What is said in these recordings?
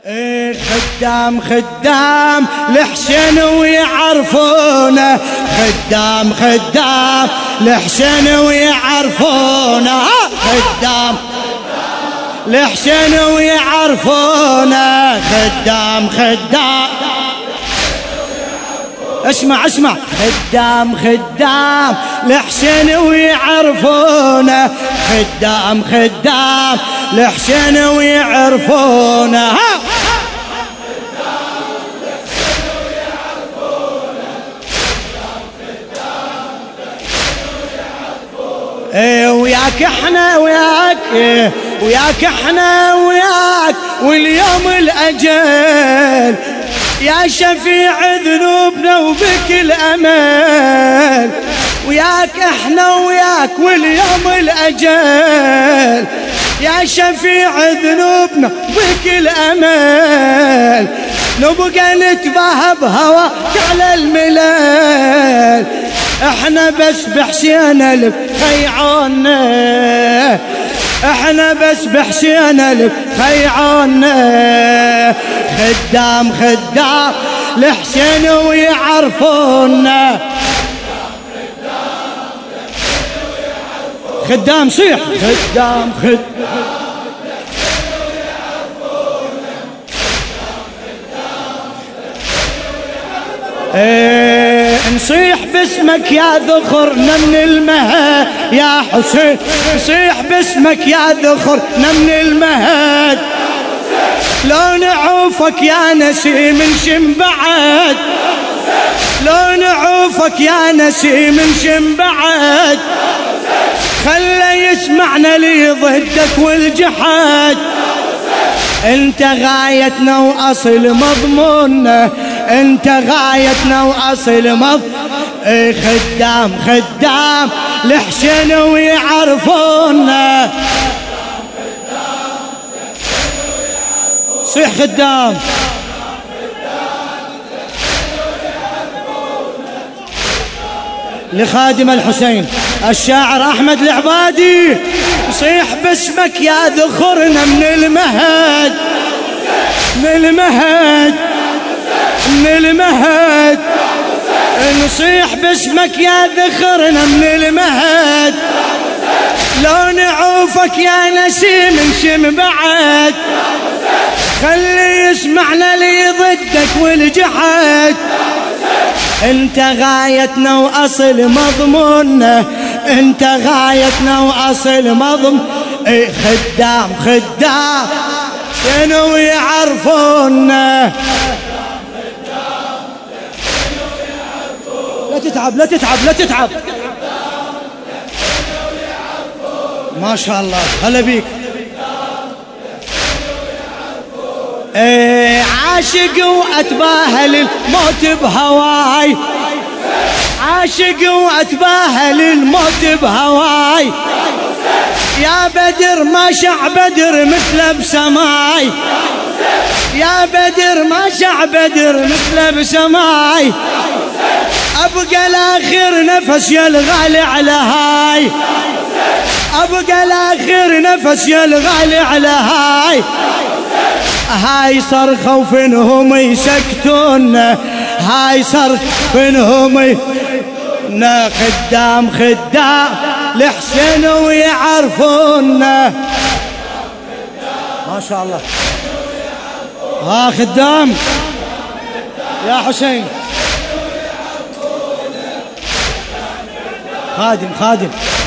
خدام خدام الحسين ويعرفونه، خدام خدام الحسين ويعرفونه، خدام الحسين ويعرفونه، خدام خدام اسمع اسمع، خدام خدام الحسين ويعرفونه، خدام خدام الحسين ويعرفونه، وياك احنا وياك، وياك احنا وياك واليوم الاجل، يا شفيع ذنوبنا وبك الامل، وياك احنا وياك واليوم الاجل، يا شفيع ذنوبنا وبك الامل، نبقى نتباهى بهواك على الملل، احنا بس بحسين لك خيعونا، احنا بس بحسين لك خيعونا، خدام خدام الحسين ويعرفونا، خدام صيح، خدام خدام نصيح باسمك يا ذخرنا من المهد يا حسين، نصيح باسمك يا ذخرنا من المهد، لو نعوفك يا نسيم نشم بعد، لو نعوفك يا نسيم نشم بعد، خلى يسمعنا لي ضدك والجحد، انت غايتنا واصل مضموننا، انت غايتنا واصل مضمون، خدام خدام الحسين ويعرفونا، صيح خدام، لخادم الحسين الشاعر أحمد العبادي، صيح باسمك يا ذخرنا من المهد، من المهد، من المهد، نصيح باسمك يا ذخرنا من المهد، لو نعوفك يا نسيم نشم بعد، خلي يسمعنا لي ضدك والجحد، انت غايتنا واصل مضموننا، انت غايتنا واصل مضمون، خدام خدام شنو يعرفونا، لا تتعب لا تتعب لا تتعب، ما شاء الله هلا بيك، عاشق واتباهل الموت بهواي، عاشق واتباهل الموت بهواي، يا بدر ما شع بدر مثل بسماي، يا بدر ما شع بدر مثل بسماي، ابقى لاخر نفس يا الغالي على هاي، ابقى لاخر نفس يا الغالي على هاي، هاي صرخة وفنهم يسكتون، هاي صرخة وفنهم خدام خدام الحسين ويعرفونا، ما شاء الله، ها خدام يا حسين، خادم خادم،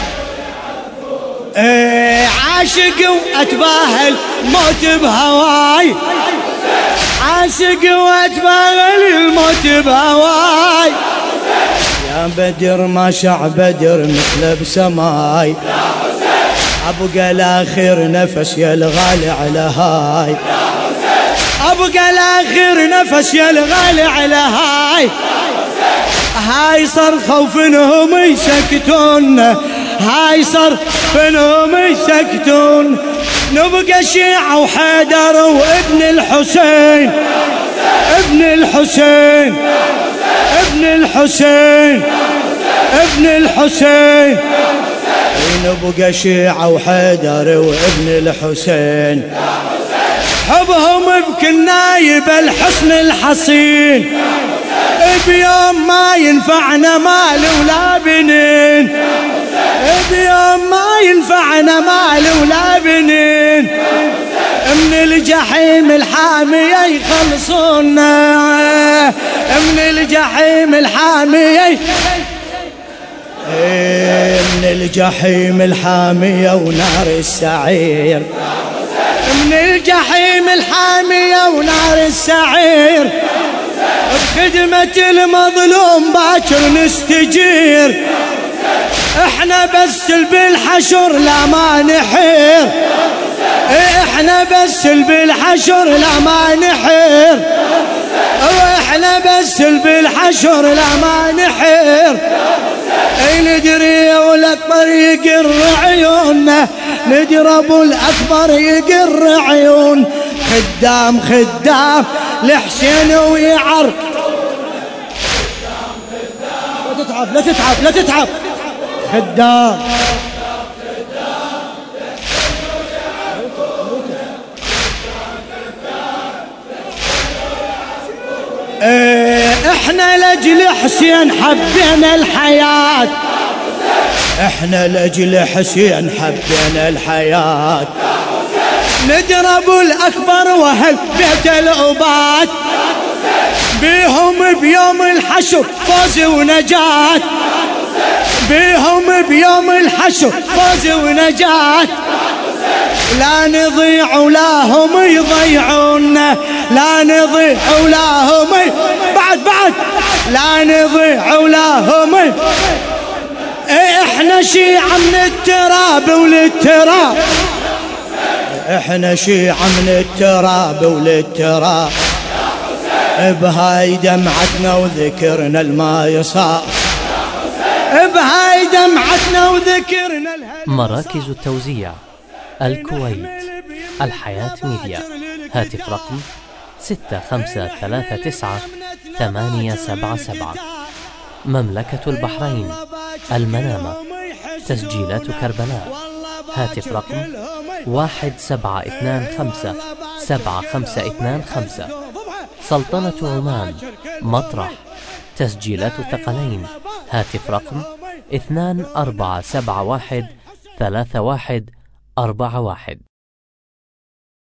عاشق واتباهل موت بهواي، عاشق واتباهل الموت بهواي، يا بدر ما شع بدر مثل بسماي، ابقى لاخر نفس يا الغالي على هاي، ابقى لاخر نفس يا الغالي على هاي، هاي صرخة وفنهم يسكتون، هاي صرخة وفنهم يسكتون، نبقى شيعة وحيدر وابن الحسين، ابن الحسين، ابن الحسين، ابن الحسين، نبقى شيعة وحيدر وابن الحسين، حبهم بكل نايب الحسن الحصين، بيوم ما ينفعنا مال ولا بنين، بيوم ما ينفعنا مال ولا بنين، من الجحيم الحامية يخلصونا، من الجحيم الحامية، من الجحيم الحامية ونار السعير، من الجحيم الحامية ونار السعير، بخدمة المظلوم باكر نستجير، احنا بس بالحشر لا ما نحير، احنا بس بالحشر لا ما نحير، واحنا بس بالحشر لا ما نحير، ندري والأكبر يقر عيوننا، ندري أبو الأكبر يقر عيون، خدام خدام لحسين ويعر، لا تتعب لا تتعب لا تتعب، خدام احنا لاجل حسين حبينا الحياة، احنا لاجل حسين حبينا الحياة، نضرب الأكبر وأهل بيت الأبات، بيهم بيوم الحشر فوز ونجاة، بيهم بيوم الحشر فوز ونجاة، لا نضيع ولا هم يضيعونا، لا نضيع ولا هم بعد لا نضيع ولا هم، احنا شيعة من التراب وللتراب، احنا شيعة من التراب وللتراب، بهاي دمعتنا وذكرنا الما يصاب، بهاي دمعتنا وذكرنا. مراكز التوزيع: الكويت، الحياة ميديا، هاتف رقم 6539-877. مملكة البحرين، المنامة، تسجيلات كربلاء، هاتف رقم 1725-7525. سلطنة عمان، مطرح، تسجيلات الثقلين، هاتف رقم 2471-3141.